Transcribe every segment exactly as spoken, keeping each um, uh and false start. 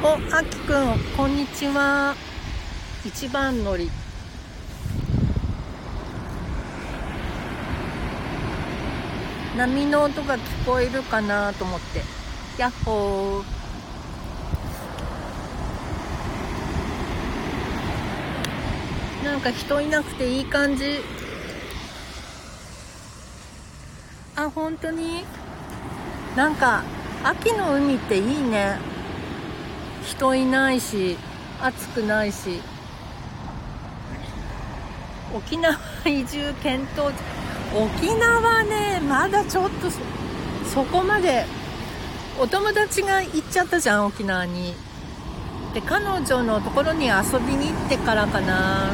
お、あきくん、こんにちは。一番乗り。波の音が聞こえるかなと思って。やっほー。なんか人いなくていい感じ。あ、本当になんか秋の海っていいね。人いないし暑くないし。沖縄移住検討。沖縄ね、まだちょっと そ, そこまで。お友達が行っちゃったじゃん、沖縄に。で、彼女のところに遊びに行ってからかな。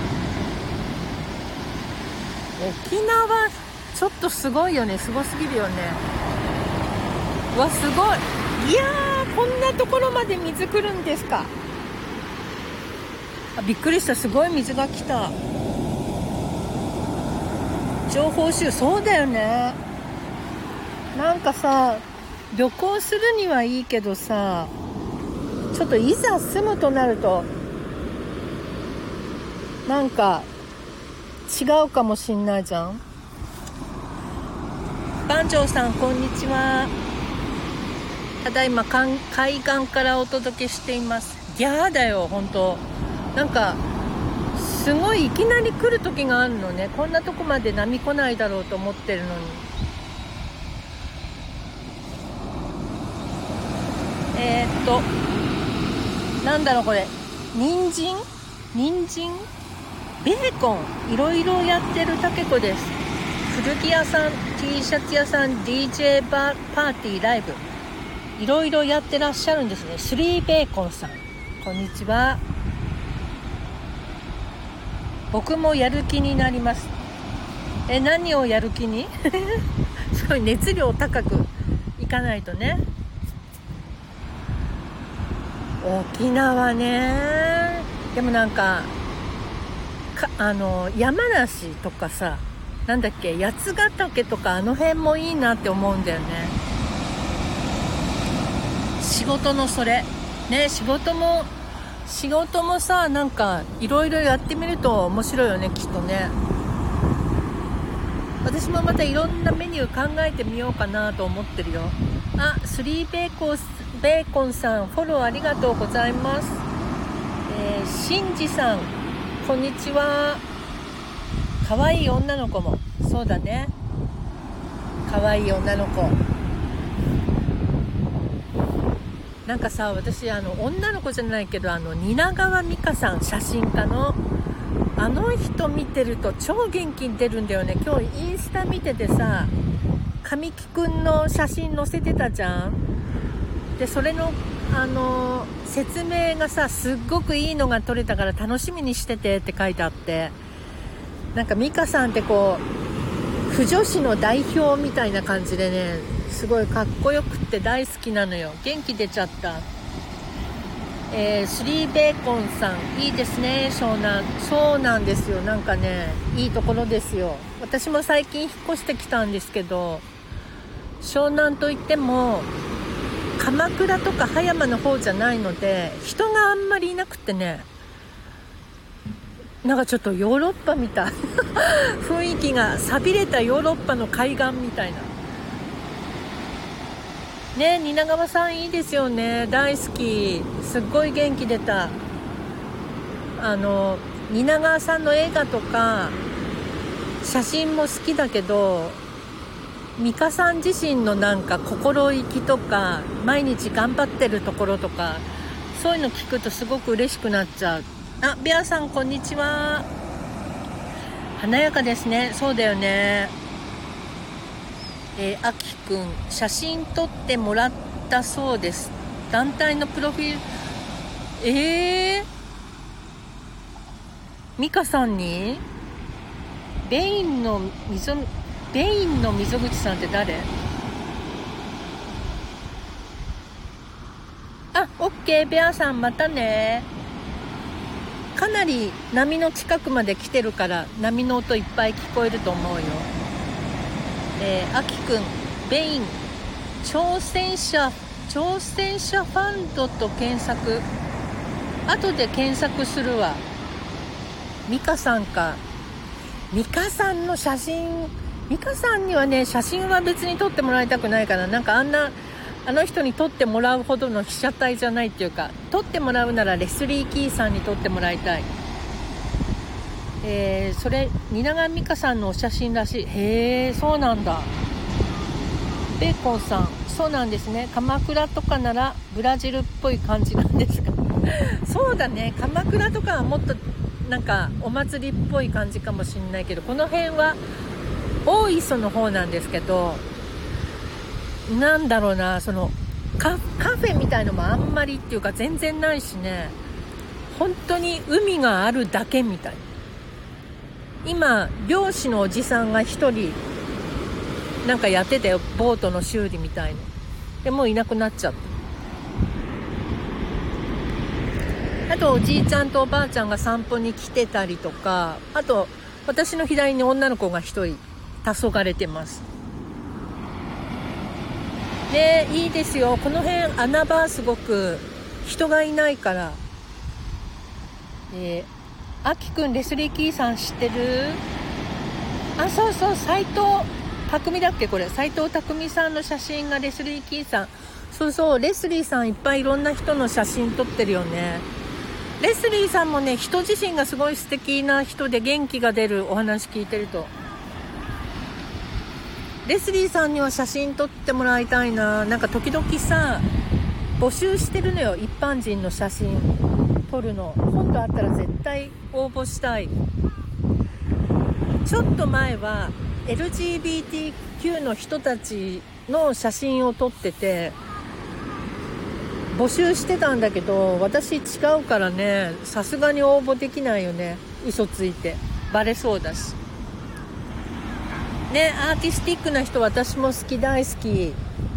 沖縄ちょっとすごいよね。すごすぎるよね。うわ、すごい。いやー、こんなところまで水来るんですか。あ、びっくりした。すごい水が来た。情報集。そうだよね。なんかさ、旅行するにはいいけどさ、ちょっといざ住むとなるとなんか違うかもしんないじゃん。番長さん、こんにちは。ただいま海岸からお届けしています。ギャーだよ、本当。なんかすごいいきなり来る時があるのね。こんなとこまで波来ないだろうと思ってるのに。えー、っとなんだろうこれ。人参人参ベーコンいろいろやってるたけこです。古着屋さん、 T シャツ屋さん、 ディージェー バーパーティー、ライブいろいろやってらっしゃるんですね。スリーベーコンさん、こんにちは。僕もやる気になります。え、何をやる気にすごい熱量高くいかないとね。沖縄ね。でもなんかかあの山梨とかさ、なんだっけ、八ヶ岳とかあの辺もいいなって思うんだよね。仕事のそれね、仕事も仕事もさ、なんかいろいろやってみると面白いよね、きっとね。私もまたいろんなメニュー考えてみようかなと思ってるよ。あ、スリーベーコンベーコンさん、フォローありがとうございます。えー、しんじさん、こんにちは。かわいい女の子も、そうだね、かわいい女の子。なんかさ、私あの女の子じゃないけど、あの蜷川美香さん、写真家のあの人見てると超元気に出るんだよね。今日インスタ見ててさ、神木くんの写真載せてたじゃん。でそれのあの説明がさ、すっごくいいのが撮れたから楽しみにしててって書いてあって、なんか美香さんってこう腐女子の代表みたいな感じでね、すごいかっこよくって大好きなのよ。元気出ちゃった。えー、スリーベーコンさん、いいですね、湘南。そうなんですよ。なんかね、いいところですよ。私も最近引っ越してきたんですけど、湘南といっても鎌倉とか葉山の方じゃないので、人があんまりいなくてね、なんかちょっとヨーロッパみたい雰囲気が、寂れたヨーロッパの海岸みたいなね。蜷川さんいいですよね、大好き。すっごい元気出た。あの蜷川さんの映画とか写真も好きだけど、美香さん自身のなんか心意気とか、毎日頑張ってるところとか、そういうの聞くとすごく嬉しくなっちゃう。あ、ベアさん、こんにちは。華やかですね。そうだよね。えー、あきくん、写真撮ってもらったそうです。団体のプロフィール。えー、美香さんにベインの溝ベインの溝口さんって誰？あ、オッケー、ベアさん、またね。かなり波の近くまで来てるから波の音いっぱい聞こえると思うよ。えー、あきくん、ベイン挑戦者挑戦者ファンドと検索、後で検索するわ。ミカさんか。ミカさんの写真、ミカさんにはね、写真は別に撮ってもらいたくないから、なんかあんなあの人に撮ってもらうほどの被写体じゃないっていうか、撮ってもらうならレスリー・キーさんに撮ってもらいたい。えー、それ蜷川美香さんのお写真らしい。へえ、そうなんだ。ベーコンさん、そうなんですね。鎌倉とかならブラジルっぽい感じなんですか。そうだね、鎌倉とかはもっとなんかお祭りっぽい感じかもしれないけど、この辺は大磯の方なんですけど、なんだろうな、その カ, カフェみたいのもあんまりっていうか全然ないしね、本当に海があるだけみたい。今漁師のおじさんが一人なんかやってたよ、ボートの修理みたいので。もういなくなっちゃった。あとおじいちゃんとおばあちゃんが散歩に来てたりとか、あと私の左に女の子が一人黄昏てますね。いいですよ、この辺穴場、すごく人がいないから。えー、あきくん、レスリー・キーさん知ってる？あ、そうそう、斉藤匠だっけ、これ斉藤匠さんの写真がレスリー・キーさん。そうそう、レスリーさんいっぱいいろんな人の写真撮ってるよね。レスリーさんもね、人自身がすごい素敵な人で元気が出る。お話聞いてるとレスリーさんには写真撮ってもらいたいな。なんか時々さ募集してるのよ、一般人の写真撮るの。今度あったら絶対応募したい。ちょっと前は エルジービーティーキュー の人たちの写真を撮ってて募集してたんだけど、私違うからね、さすがに応募できないよね。嘘ついてバレそうだしね。アーティスティックな人私も好き、大好き。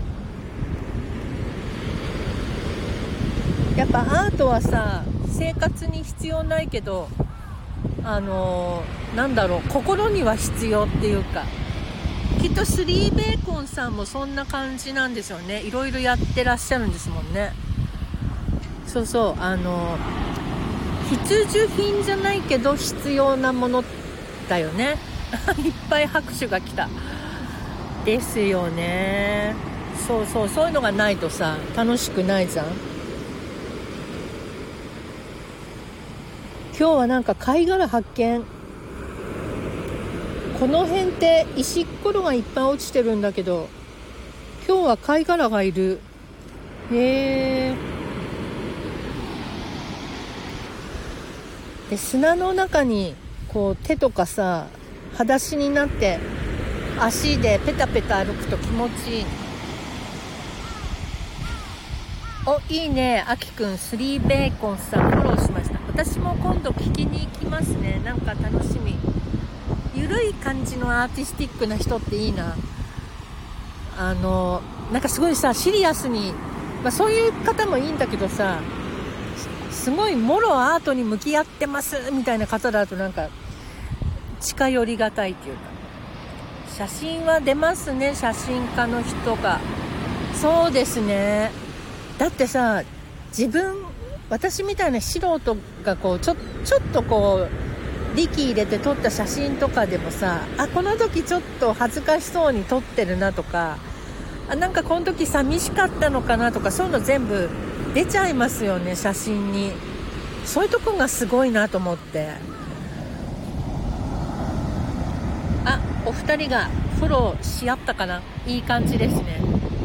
やっぱアートはさ、生活に必要ないけど、あのー、なんだろう、心には必要っていうか、きっとスリーベーコンさんもそんな感じなんですよね。いろいろやってらっしゃるんですもんね。そうそう、あのー、必需品じゃないけど必要なものだよね。いっぱい拍手が来た。ですよね。そうそう、そういうのがないとさ楽しくないじゃん。今日はなんか貝殻発見。この辺って石ころがいっぱい落ちてるんだけど、今日は貝殻がいる。へー。で、砂の中にこう手とかさ裸足になって足でペタペタ歩くと気持ちいい。お、いいね。あきくん、スリーベーコンさんフォローしました。私も今度聞きに行きますね。なんか楽しみ。ゆるい感じのアーティスティックな人っていいな。あのなんかすごいさシリアスに、まあ、そういう方もいいんだけどさ、すごいもろアートに向き合ってますみたいな方だとなんか近寄りがたいっていうか。写真は出ますね、写真家の人が。そうですね。だってさ、自分私みたいな素人がこうちょちょっとこう力入れて撮った写真とかでもさ、あ、この時ちょっと恥ずかしそうに撮ってるなとか、あ、なんかこの時寂しかったのかなとか、そういうの全部出ちゃいますよね、写真に。そういうとこがすごいなと思って。あ、お二人がフォローし合ったかな。いい感じですね。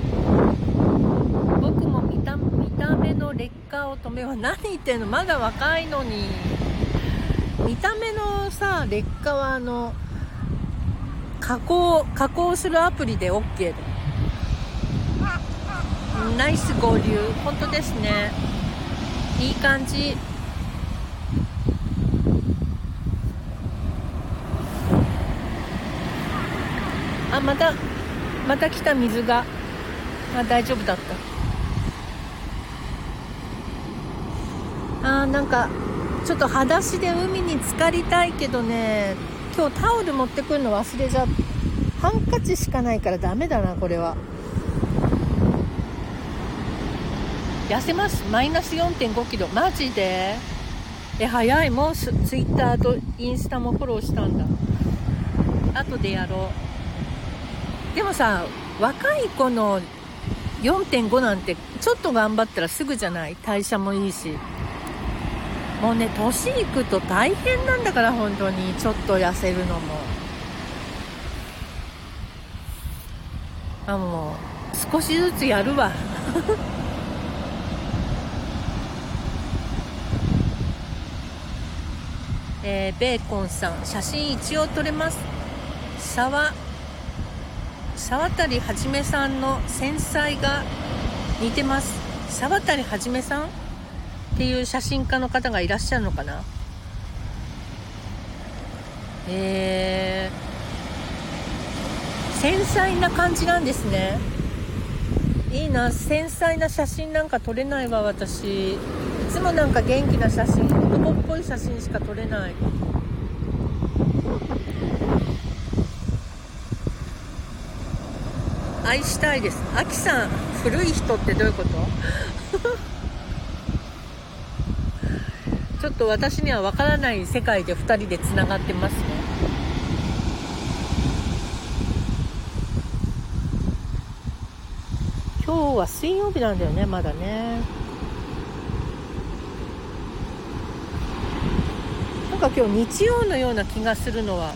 僕も見た、見た目の劣化を止めは、何言ってんの、まだ若いのに。見た目のさ劣化はあの加工加工するアプリで OK だ。ナイス合流、本当ですね。いい感じ。あ、またまた来た水が。あ、大丈夫だった。あー、なんかちょっと裸足で海に浸かりたいけどね、今日タオル持ってくるの忘れちゃった。ハンカチしかないからダメだな、これは。 痩せます。マイナス よんてんご キロ。マジで？え、早い。もうツイッターとインスタもフォローしたんだ。後でやろう。でもさ、若い子の よんてんご なんてちょっと頑張ったらすぐじゃない？代謝もいいし。もうね、年いくと大変なんだから、本当にちょっと痩せるのも。あ、もう少しずつやるわ。えー、ベーコンさん、写真一応撮れます。沢沢渡はじめさんの繊細が似てます。沢渡はじめさんっていう写真家の方がいらっしゃるのかな。えー、繊細な感じなんですね。いいな。繊細な写真なんか撮れないわ、私。いつもなんか元気な写真、男っぽい写真しか撮れない。愛したいです。あきさん、古い人ってどういうこと？ちょっと私には分からない世界でふたりでつながってますね。今日は水曜日なんだよね、まだね。なんか今日日曜のような気がするのは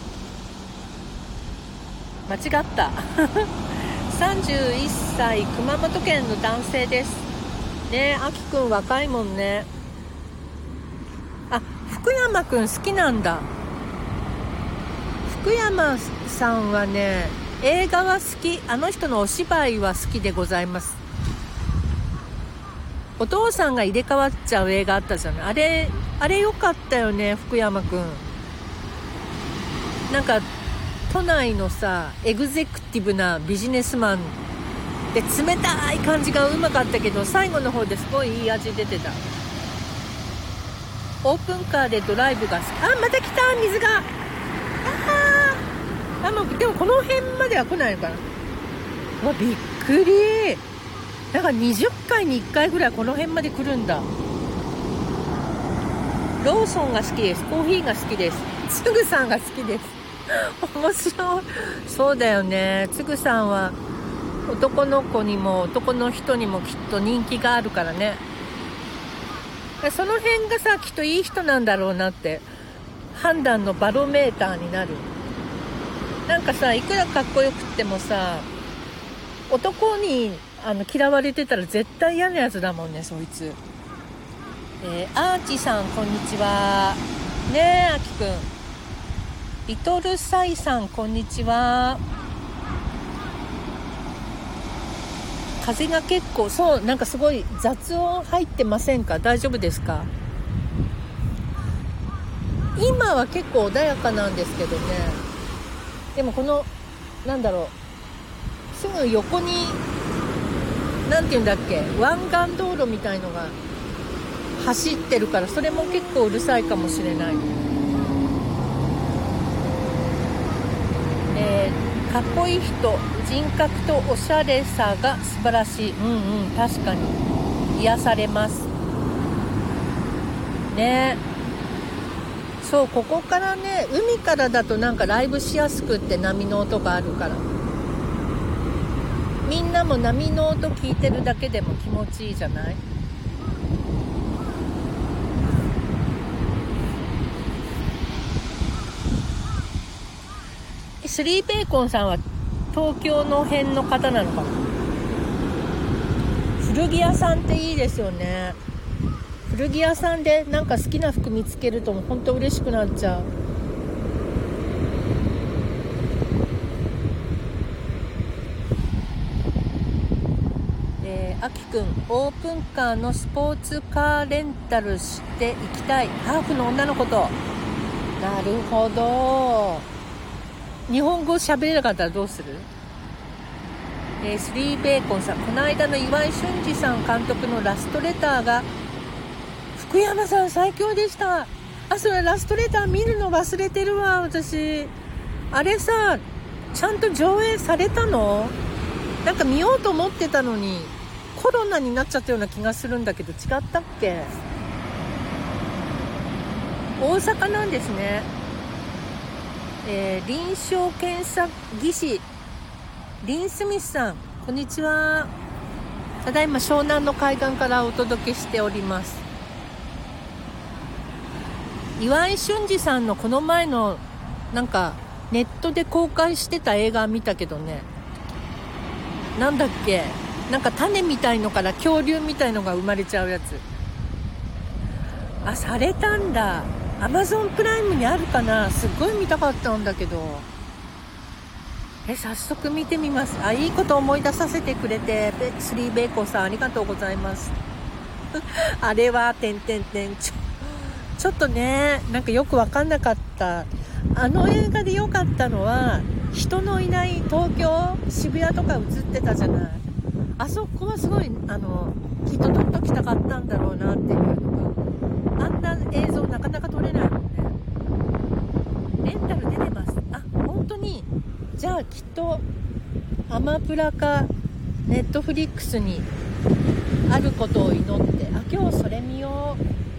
間違った。さんじゅういっさい、熊本県の男性ですね。あきくん若いもんね。あ、福山くん好きなんだ。福山さんはね、映画は好き。あの人のお芝居は好きでございます。お父さんが入れ替わっちゃう映画あったじゃない。あれあれ良かったよね、福山くん。なんか都内のさ、エグゼクティブなビジネスマンで冷たい感じがうまかったけど、最後の方ですごいいい味出てた。オープンカーでドライブが好き。あ、また来た、水が。ああ、もうでもこの辺までは来ないのかな。うわ、びっくり。なんかにじゅっかいにいっかいぐらいこの辺まで来るんだ。ローソンが好きです。コーヒーが好きです。つぐさんが好きです。面白い。そうだよね。つぐさんは男の子にも男の人にもきっと人気があるからね。その辺がさ、きっといい人なんだろうなって判断のバロメーターになる。なんかさ、いくらかっこよくってもさ、男にあの嫌われてたら絶対嫌なやつだもんね、そいつ。えー、アーチさんこんにちはねえ、あきくん。リトルサイさんこんにちは。風が結構、そう、なんかすごい雑音入ってませんか？大丈夫ですか？今は結構穏やかなんですけどね。でもこのなんだろう、すぐ横になんていうんだっけ、湾岸道路みたいのが走ってるから、それも結構うるさいかもしれない。えー、かっこいい人、人格とおしゃれさが素晴らしい。うんうん、確かに癒されますね。そう、ここからね、海からだとなんかライブしやすくって、波の音があるから、みんなも波の音聞いてるだけでも気持ちいいじゃない？スリーベーコンさんは東京の辺の方なのかな。古着屋さんっていいですよね。古着屋さんでなんか好きな服見つけるともう本当嬉しくなっちゃう。えー、あきくん、オープンカーのスポーツカーレンタルしていきたい。ハーフの女の子と。なるほど。日本語喋れなかったらどうする？えー、スリーベーコンさん、この間の岩井俊二さん監督のラストレターが、福山さん最強でした。あ、それラストレター見るの忘れてるわ、私。あれさ、ちゃんと上映されたの？なんか見ようと思ってたのに、 コロナになっちゃったような気がするんだけど、違ったっけ？大阪なんですね。えー、臨床検査技師リン・スミスさん、こんにちは。ただいま湘南の海岸からお届けしております。岩井俊二さんのこの前のなんかネットで公開してた映画見たけどね、なんだっけ、なんか種みたいのから恐竜みたいのが生まれちゃうやつ。あ、されたんだ。アマゾンプライムにあるかな。すっごい見たかったんだけど、え早速見てみます。あ、いいこと思い出させてくれて、スリーベーコンさんありがとうございますあれはてんてんてんちょちょっとね、なんかよく分かんなかった。あの映画で良かったのは、人のいない東京渋谷とか映ってたじゃない。あそこはすごい、あのきっと撮っときたかったんだろうなっていうのが、あんな映像なかなか撮れないもんね。レンタル出てます。あ、本当に。じゃあきっとアマプラかネットフリックスにあることを祈って、あ、今日それ見よ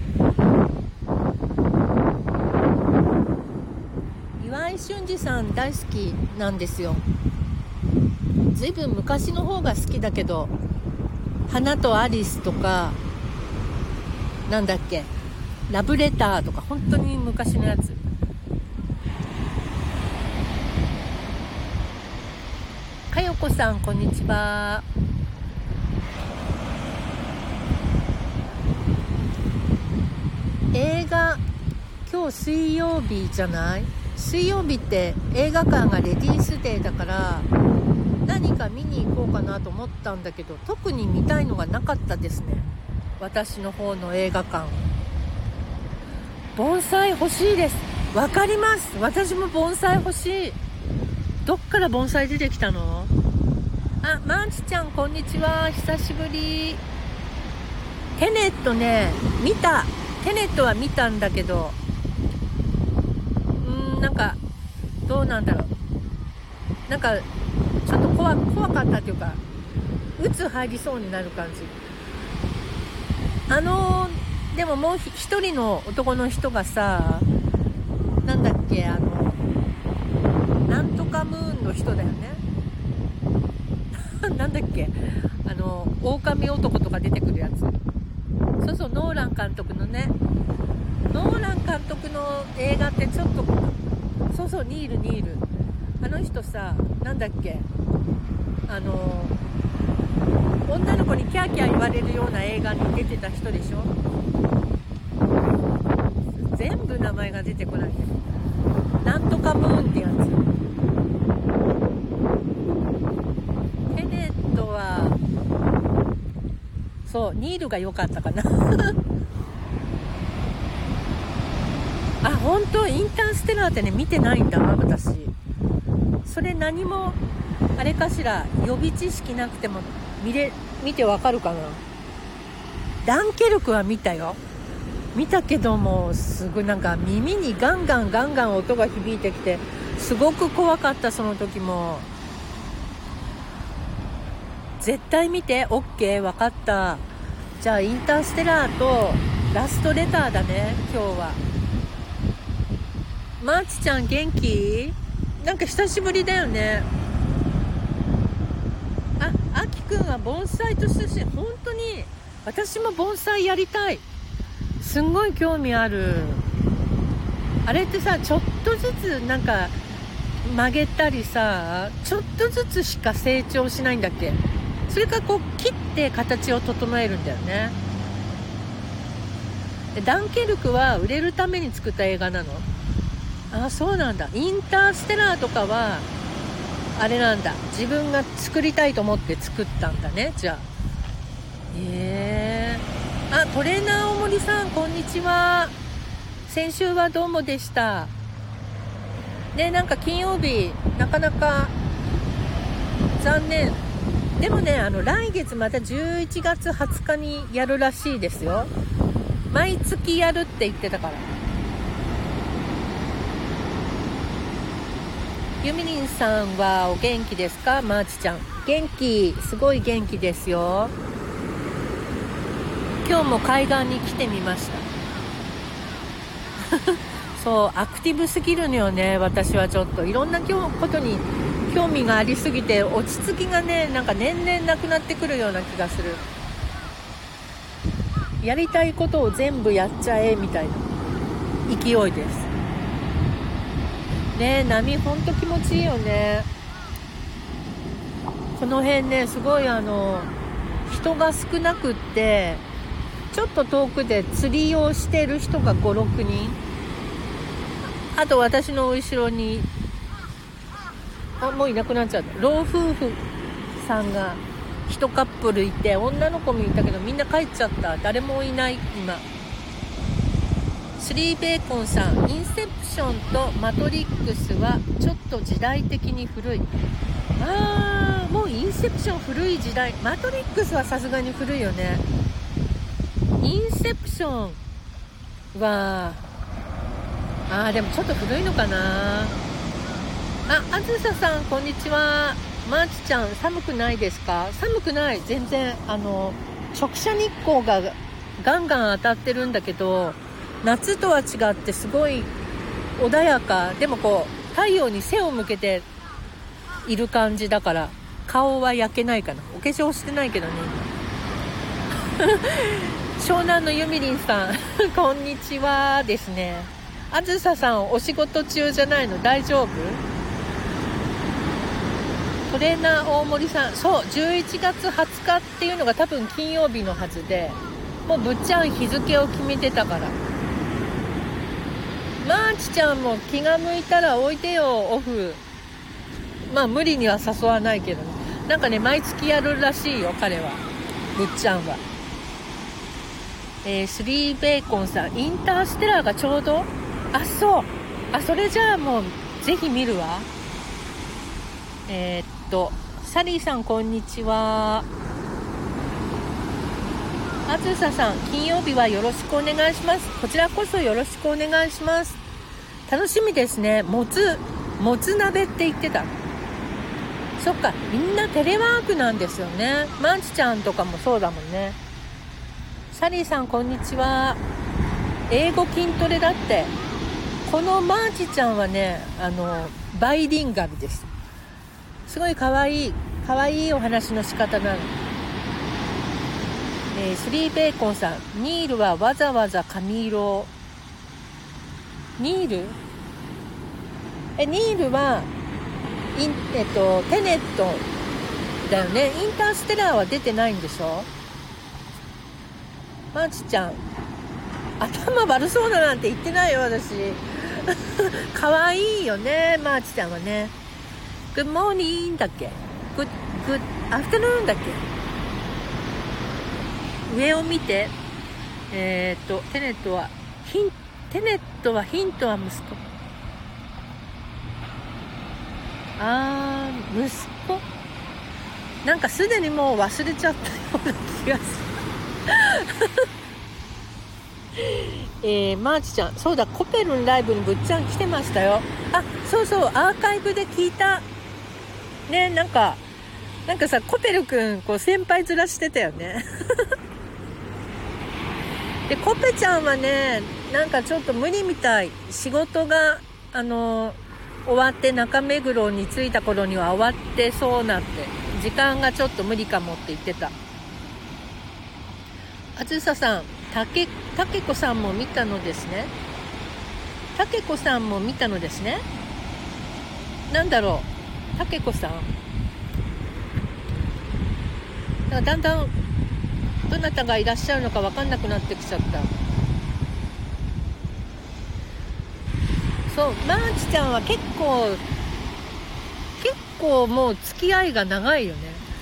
う。岩井俊二さん大好きなんですよ。ずいぶん昔の方が好きだけど、花とアリスとか、なんだっけ、ラブレターとか、本当に昔のやつ。かよこさん、こんにちは。映画、今日水曜日じゃない？水曜日って映画館がレディースデーだから、何か見に行こうかなと思ったんだけど、特に見たいのがなかったですね。私の方の映画館。盆栽欲しいです。わかります。私も盆栽欲しい。どっから盆栽出てきたの？あ、マーチちゃん、こんにちは。久しぶり。テネットね、見た。テネットは見たんだけど、うーん、なんかどうなんだろう。なんかちょっと怖、怖かったっていうか、鬱入りそうになる感じ。あのー、でももう一人の男の人がさ、なんだっけ、あのなんとかムーンの人だよねなんだっけ、あの狼男とか出てくるやつ。そうそう、ノーラン監督のね、ノーラン監督の映画ってちょっと、そうそう、ニールニール、あの人さ、なんだっけ、あの女の子にキャーキャー言われるような映画に出てた人でしょ。全部名前が出てこないけど、なんとかムーンってやつ。テネットはそう、ニールが良かったかなあ、本当、インターステラーってね、見てないんだ私。それ何もあれかしら、予備知識なくても見れ見てわかるかな。ダンケルクは見たよ。見たけども、すごいなんか耳にガンガンガンガン音が響いてきて、すごく怖かった。その時も絶対見て。 OK、 分かった。じゃあインターステラーとラストレターだね今日は。マーチちゃん元気？なんか久しぶりだよね。あ、あきくんは盆栽と出身。本当に私も盆栽やりたい。すんごい興味ある。あれってさ、ちょっとずつなんか曲げたりさ、ちょっとずつしか成長しないんだっけ？それからこう切って形を整えるんだよね。でダンケルクは売れるために作った映画なの？あ、そうなんだ。インターステラーとかはあれなんだ、自分が作りたいと思って作ったんだね。じゃあへー。あ、トレーナー大森さん、こんにちは。先週はどうもでしたね。なんか金曜日なかなか残念。でもね、あの来月またじゅういちがつはつかにやるらしいですよ。毎月やるって言ってたから。ユミリンさんはお元気ですか？マーチちゃん元気、すごい元気ですよ。 今日も海岸に来てみましたそうアクティブすぎるのよね。私はちょっといろんなことに興味がありすぎて、落ち着きがねなんか年々なくなってくるような気がする。やりたいことを全部やっちゃえみたいな勢いですね。波ほんと気持ちいいよね。この辺ねすごいあの人が少なくって、ちょっと遠くで釣りをしてる人がご、ろくにん、あと私の後ろにあもういなくなっちゃった。老夫婦さんが一カップルいて、女の子もいたけどみんな帰っちゃった。誰もいない今。スリーベーコンさん、インセプションとマトリックスはちょっと時代的に古い。あーもうインセプション古い時代。マトリックスはさすがに古いよね。インセプションはあーでもちょっと古いのかな。あ、あずささんこんにちは。マーチちゃん寒くないですか？寒くない、全然。あの直射日光がガンガン当たってるんだけど、夏とは違ってすごい穏やかでもこう太陽に背を向けている感じだから、顔は焼けないかな。お化粧してないけどね湘南のゆみりんさんこんにちはですね。あずささんお仕事中じゃないの？大丈夫？トレーナー大森さん、そうじゅういちがつはつかっていうのが多分金曜日のはずで、もうぶっちゃん日付を決めてたから。マーチちゃんも気が向いたらおいでよオフ。まあ無理には誘わないけどね。なんかね毎月やるらしいよ彼は、ぶっちゃんは。えー、スリーベーコンさん、インターステラーがちょうど、あそうあそれじゃあもうぜひ見るわ。えー、っとサリーさんこんにちは。あずささん、金曜日はよろしくお願いします。こちらこそよろしくお願いします。楽しみですね。もつもつ鍋って言ってた。そっか、みんなテレワークなんですよね。マンチちゃんとかもそうだもんね。サリーさんこんにちは。英語筋トレだって。このマーチちゃんはねあのバイリンガルです。すごいかわいいかわいいお話の仕方なの。えー、スリーベーコンさん、ニールはわざわざ髪色を。ニールえニールはイン、えっと、テネットだよね。インターステラーは出てないんでしょ。マーチちゃん頭悪そうだなんて言ってないよ私かわいいよねマーチちゃんはね。グッモーニングだっけ、グッグッアフタヌーンだっけ。上を見て、えー、っとテネットはヒンテネットはヒントは息子。あー息子なんかすでにもう忘れちゃったような気がするえー、マーチちゃん、そうだ、コペルンライブにぶっちゃん来てましたよ。あ、そうそう、アーカイブで聞いたね。なんかなんかさ、コペルくんこう先輩面してたよねでコペちゃんはねなんかちょっと無理みたい。仕事があの終わって中目黒に着いた頃には終わってそうなって、時間がちょっと無理かもって言ってた。あずささん、たけたけこさんも見たのですね。たけこさんも見たのですね。なんだろう、たけこさんだんだんどなたがいらっしゃるのか分かんなくなってきちゃった。そう、マーチちゃんは結構結構もう付き合いが長いよね。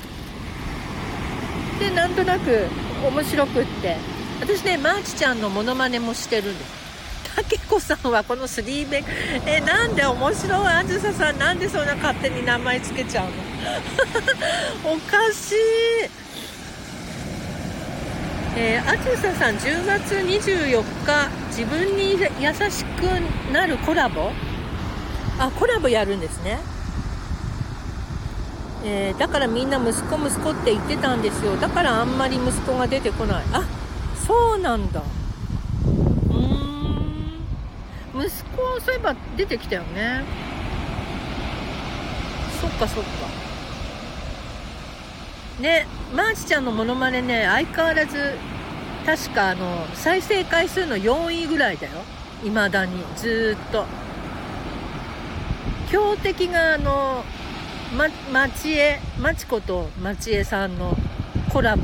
でなんとなく面白くって、私ねマーチちゃんのモノマネもしてるんです。たけこさんはこのスリーベえなんで面白い。あずささんなんでそんな勝手に名前つけちゃうのおかしい。えー、あずささん、じゅうがつにじゅうよっか自分に優しくなるコラボ、あコラボやるんですね。えー、だからみんな息子息子って言ってたんですよ。だからあんまり息子が出てこない。あそうなんだ。うーん。息子、そういえば出てきたよね。そっかそっか。ね、マーチちゃんのモノマネね、相変わらず、確かあの、再生回数のよんいぐらいだよ。未だに。ずーっと。強敵があの、ま、まちえ、まちことまちえさんのコラボ。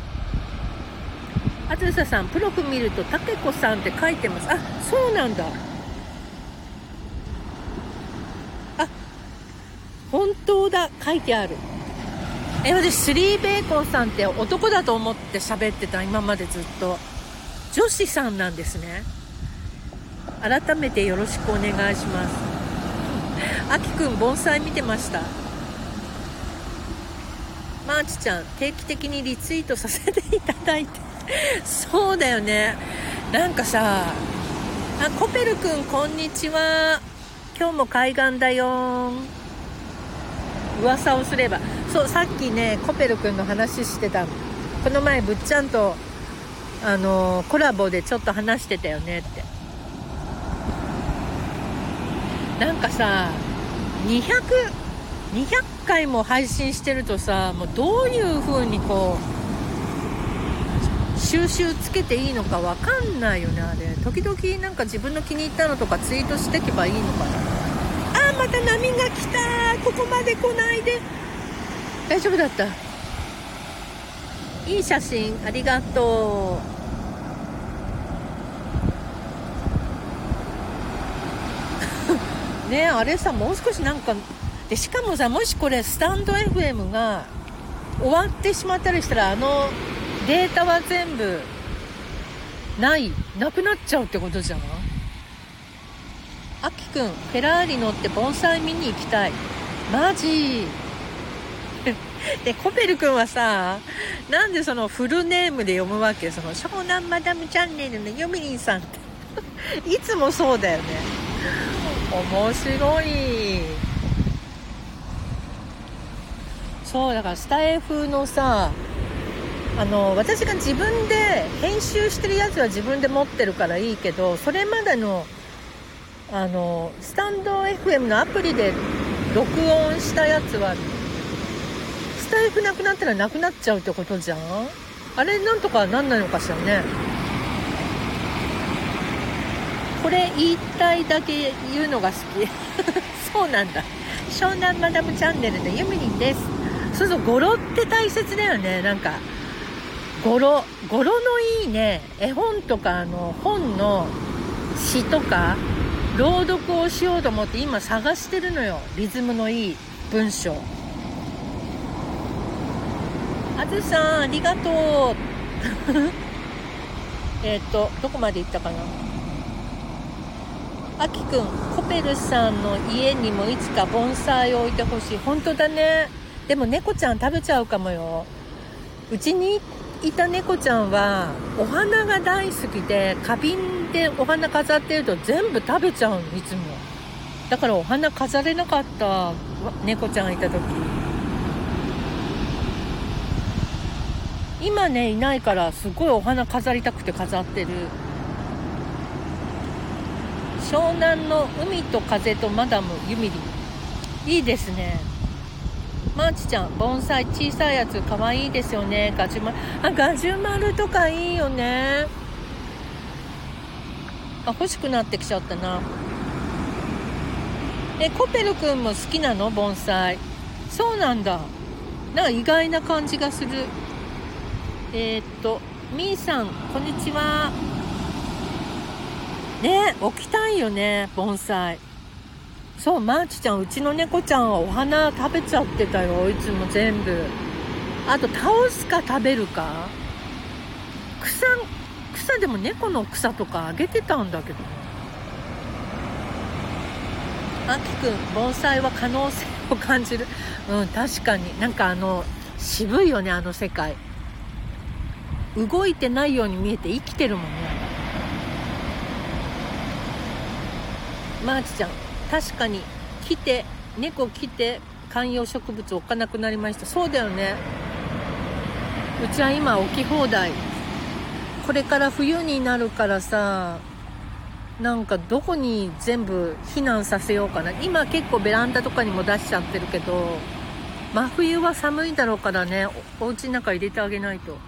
あつささん、プロフ見ると、たけこさんって書いてます。あ、そうなんだ。あ、本当だ。書いてある。え、私、スリーベーコンさんって男だと思って喋ってた。今までずっと。女子さんなんですね。改めてよろしくお願いします。あきくん、盆栽見てました。マーチちゃん、定期的にリツイートさせていただいてそうだよね。なんかさあ、コペルくんこんにちは。今日も海岸だよ。噂をすれば、そう、さっきねコペルくんの話してた。この前ぶっちゃんとあのコラボでちょっと話してたよねって。なんかさにひゃく、にひゃっかいも配信してるとさ、もうどういう風にこう収集つけていいのかわかんないよね。あれ時々なんか自分の気に入ったのとかツイートしていけばいいのかな。あー、また波が来た。ここまで来ないで。大丈夫だった。いい写真ありがとうね。あれさ、もう少しなんかで、しかもさ、もしこれスタンド エフエム が終わってしまったりしたら、あのデータは全部ないなくなっちゃうってことじゃん。あきくん、フェラーリ乗って盆栽見に行きたい。マジで、コペルくんはさ、なんでそのフルネームで読むわけ？その湘南マダムチャンネルのヨミリンさんっていつもそうだよね。面白い。そうだからスタイフのさ、あの私が自分で編集してるやつは自分で持ってるからいいけど、それまでのあのスタンド エフエム のアプリで録音したやつはスタイフなくなったらなくなっちゃうってことじゃん。あれなんとかなんないのかしらね。これ言いたいだけ言うのが好きそうなんだ。湘南マダムチャンネルのユミリンです。そうそう、語呂って大切だよね。なんか語呂語呂のいいね絵本とか、あの本の詩とか朗読をしようと思って今探してるのよ。リズムのいい文章。あずさんありがとうえっとどこまで行ったかな。あきくん、コペルさんの家にもいつか盆栽を置いてほしい。本当だね。でも猫ちゃん食べちゃうかもよ。うちにいた猫ちゃんはお花が大好きで、花瓶でお花飾ってると全部食べちゃうの、いつも。だからお花飾れなかった、猫ちゃんいた時。今ねいないからすごいお花飾りたくて飾ってる。湘南の海と風とマダムユミリ、いいですね。マーチちゃん、盆栽小さいやつかわいいですよね。ガジュマル、あ、ガジュマルとかいいよね。あ、欲しくなってきちゃったな。え、コペルくんも好きなの盆栽？そうなんだ。なんか意外な感じがする。えー、っとみーさんこんにちは。ね、置きたいよね盆栽。そう、マーチちゃん、うちの猫ちゃんはお花食べちゃってたよ、いつも全部。あと倒すか食べるか。草草でも猫の草とかあげてたんだけど。あきくん、盆栽は可能性を感じる。うん、確かに。なんかあの渋いよね、あの世界。動いてないように見えて生きてるもんね。マーチちゃん、確かに来て猫来て観葉植物置かなくなりました。そうだよね。うちは今置き放題。 これから冬になるからさ、なんかどこに全部避難させようかな。今結構ベランダとかにも出しちゃってるけど、真冬は寒いだろうからね、お、お家の中入れてあげないと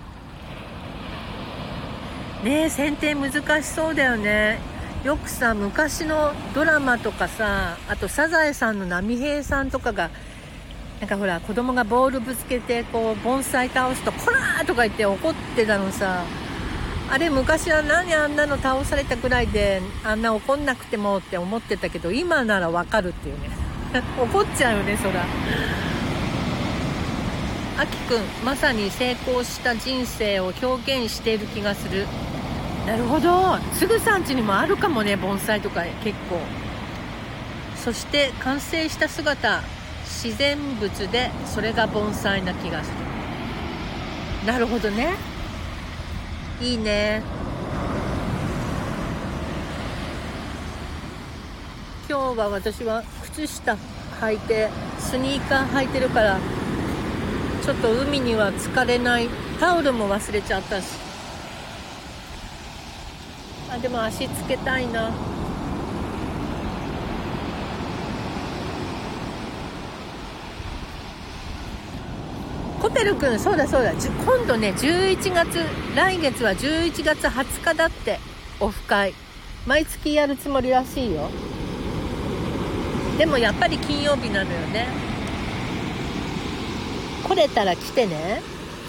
ね。え剪定難しそうだよね。よくさ、昔のドラマとかさ、あとサザエさんの波平さんとかが、なんかほら子供がボールぶつけてこう盆栽倒すとコラーとか言って怒ってたのさ、あれ昔は何あんなの倒されたくらいであんな怒んなくてもって思ってたけど、今ならわかるっていうね怒っちゃうよね、そら。あきくん、まさに成功した人生を表現している気がする。なるほど、つぐさん家にもあるかもね、盆栽とか結構。そして完成した姿、自然物でそれが盆栽な気がする。なるほどね、いいね。今日は私は靴下履いてスニーカー履いてるからちょっと海には浸かれない。タオルも忘れちゃったし、あでも足つけたいな。コペル君、そうだそうだ、今度ねじゅういちがつ、来月はじゅういちがつはつかだって、オフ会毎月やるつもりらしいよ。でもやっぱり金曜日なのよね。来れたら来てね。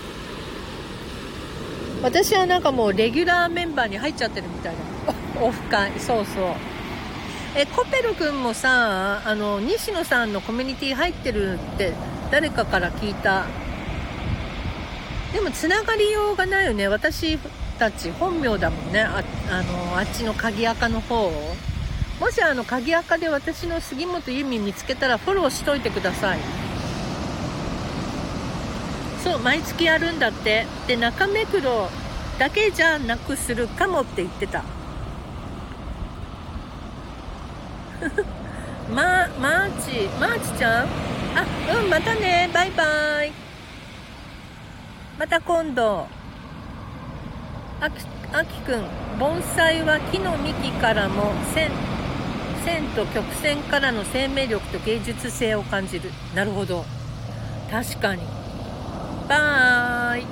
私はなんかもうレギュラーメンバーに入っちゃってるみたいなオフ会。そうそう。えコペル君もさ、あの西野さんのコミュニティ入ってるって誰かから聞いた。でもつながりようがないよね。私たち本名だもんね。 あ, あのあっちの鍵垢の方。もしあの鍵垢で私の杉本由美見つけたらフォローしといてください。そう、毎月やるんだって。で中目黒だけじゃなくするかもって言ってたま、マーチマーチちゃん、あ、うんまたね、バイバイ、また今度。あき、あきくん、盆栽は木の幹からも線線と曲線からの生命力と芸術性を感じる。なるほど、確かに。バイ。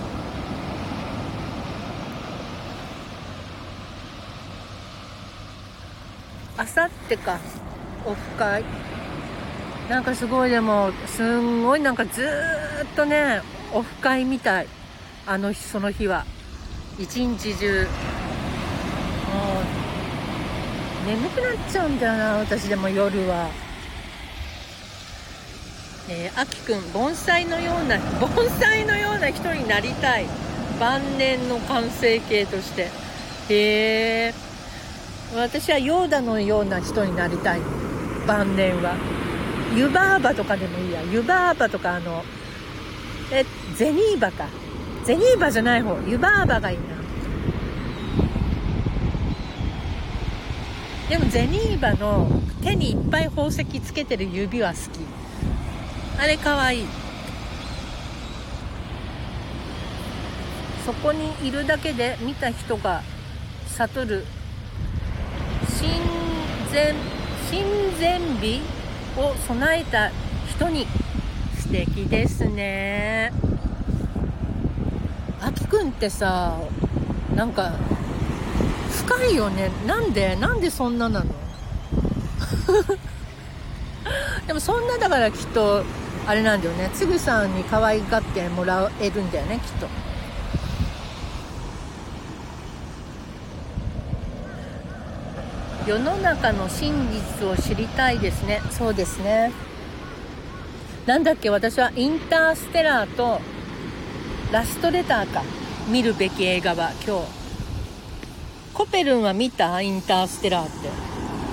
あさってか、オフ会。なんかすごい、でもすんごいなんかずーっとねオフ会みたい。あの日、その日は一日中もう眠くなっちゃうんだよな、私。でも夜はえー、あきくん、盆栽のような盆栽のような人になりたい。晩年の完成形として。へえ。私はヨーダのような人になりたい。晩年は湯婆婆とかでもいいや。湯婆婆とか、あのえゼニーバか。ゼニーバじゃない方、湯婆婆がいいな。でもゼニーバの手にいっぱい宝石つけてる指は好き。あれかわいい。そこにいるだけで見た人が悟る親善親善美を備えた人に。素敵ですね。あきくんってさ、なんか深いよね。なんでなんでそんななのでもそんなだからきっとあれなんだよね。つぐさんに可愛がってもらえるんだよね、きっと。世の中の真実を知りたいですね。そうですね。なんだっけ、私はインターステラーとラストレターか、見るべき映画は今日。コペルンは見た？インターステラーって。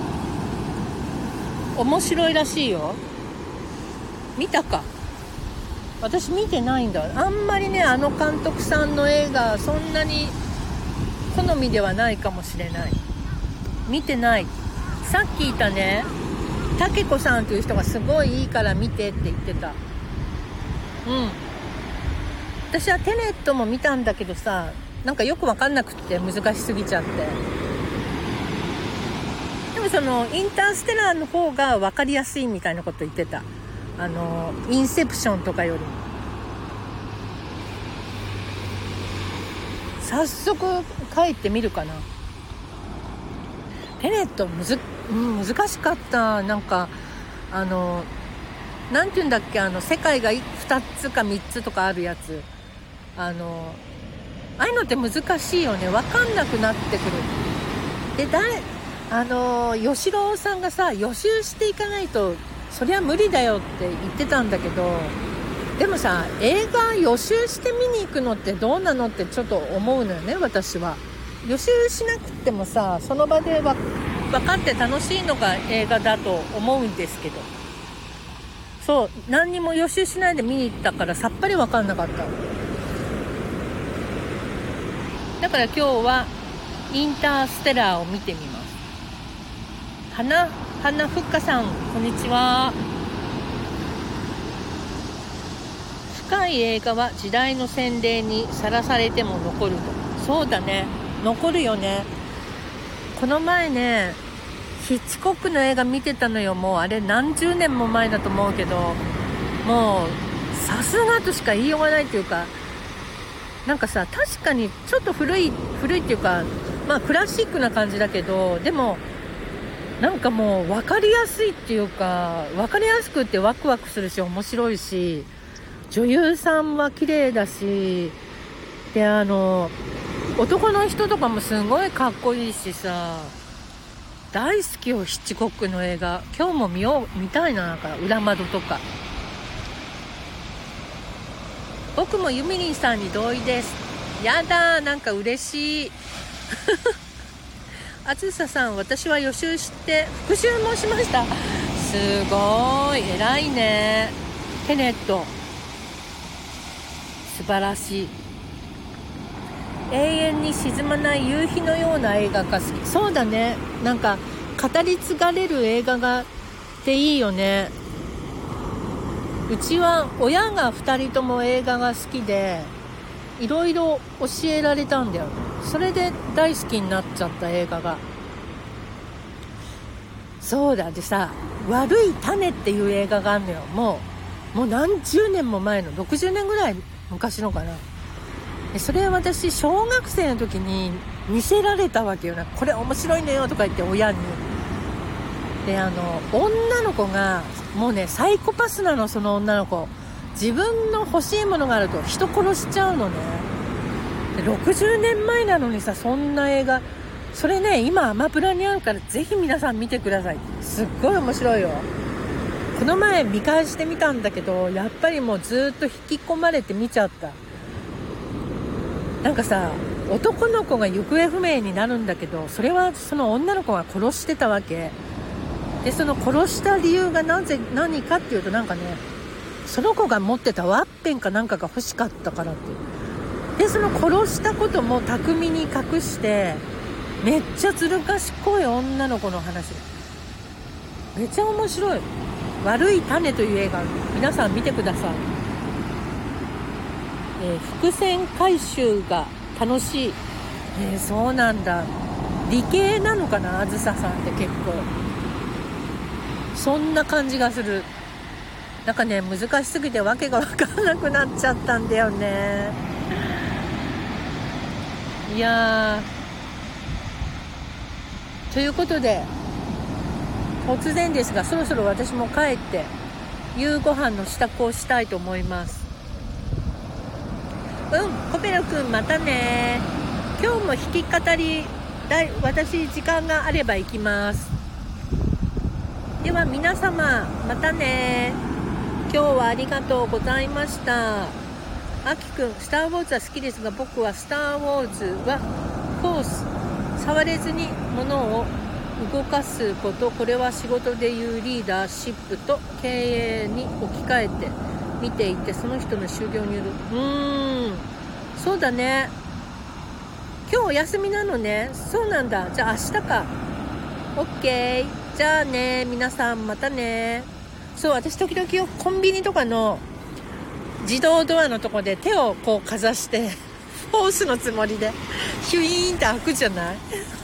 面白いらしいよ。見たか？私見てないんだ。あんまりね、あの監督さんの映画そんなに好みではないかもしれない。見てない。さっきいたね、タケコさんという人がすごいいいから見てって言ってた。うん。私はテネットも見たんだけどさ、 なんかよく分かんなくって難しすぎちゃって。でもそのインターステラーの方が分かりやすいみたいなこと言ってた。あのインセプションとかよりも。早速帰ってみるかな。テネットむず、うん、難しかった。なんかあのなんていうんだっけ、あの世界がふたつかみっつとかあるやつ、あのああいうのって難しいよね。分かんなくなってくる。で誰あの吉郎さんがさ、予習していかないとそりゃ無理だよって言ってたんだけど、でもさ、映画予習して見に行くのってどうなのってちょっと思うのよね、私は。予習しなくてもさ、その場でわ分かって楽しいのが映画だと思うんですけど、そう、何にも予習しないで見に行ったからさっぱり分かんなかった。だから今日はインターステラーを見てみます。花花ふっかさん、こんにちは。深い映画は時代の洗礼にさらされても残ると。そうだね、残るよね。この前ね、ヒッチコックの映画見てたのよ。もうあれ何十年も前だと思うけど、もうさすがとしか言いようがないというか、なんかさ、確かにちょっと古い古いっていうか、まあクラシックな感じだけど、でもなんかもう分かりやすいっていうか、分かりやすくってワクワクするし面白いし、女優さんは綺麗だし、であの男の人とかもすごいかっこいいしさ、大好きよヒッチコックの映画。今日も見よう見たいな。なんか裏窓とか。僕もユミリンさんに同意です。やだー、なんか嬉しい。あつささん、私は予習して復習もしました。すごい偉いね。テネット素晴らしい。永遠に沈まない夕日のような映画が好き。そうだね、なんか語り継がれる映画がっていいよね。うちは親がふたりとも映画が好きで、いろいろ教えられたんだよ。それで大好きになっちゃった映画が。そうだ、でさ、悪い種っていう映画があるのよ。もうもう何十年も前の、ろくじゅうねんぐらい昔のかな。でそれ私小学生の時に見せられたわけよな。これ面白いのよとか言って親に。であの女の子がもうねサイコパスなの。その女の子、自分の欲しいものがあると人殺しちゃうのね。でろくじゅうねんまえなのにさ、そんな映画、それね今アマプラにあるからぜひ皆さん見てください。すっごい面白いよ。この前見返してみたんだけど、やっぱりもうずっと引き込まれて見ちゃった。なんかさ、男の子が行方不明になるんだけど、それはその女の子が殺してたわけで、その殺した理由がなぜ何かっていうと、なんかね、その子が持ってたワッペンかなんかが欲しかったからっていう。でその殺したことも巧みに隠して、めっちゃずる賢い女の子の話、めっちゃ面白い。悪い種という映画、皆さん見てください。えー、伏線回収が楽しい。えー、そうなんだ。理系なのかな、あずささんって。結構そんな感じがする。なんかね、難しすぎてわけが分からなくなっちゃったんだよね。いやー、ということで突然ですが、そろそろ私も帰って夕ご飯の支度をしたいと思います。うん、コペロくんまたね。今日も弾き語りだい、私時間があれば行きます。では皆様またね。今日はありがとうございました。あきくん、スターウォーズは好きですが、僕はスターウォーズはコース、触れずに物を動かすこと、これは仕事でいうリーダーシップと経営に置き換えて見ていて、その人の修行による。うーん、そうだね。今日お休みなのね。そうなんだ。じゃあ明日か。オッケー。じゃあね、皆さんまたね。そう、私時々コンビニとかの自動ドアのとこで手をこうかざしてホースのつもりでヒュイーンって開くじゃない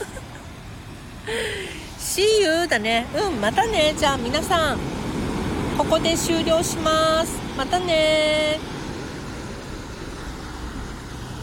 See you だね。うん、またね。じゃあ皆さんここで終了します。またね。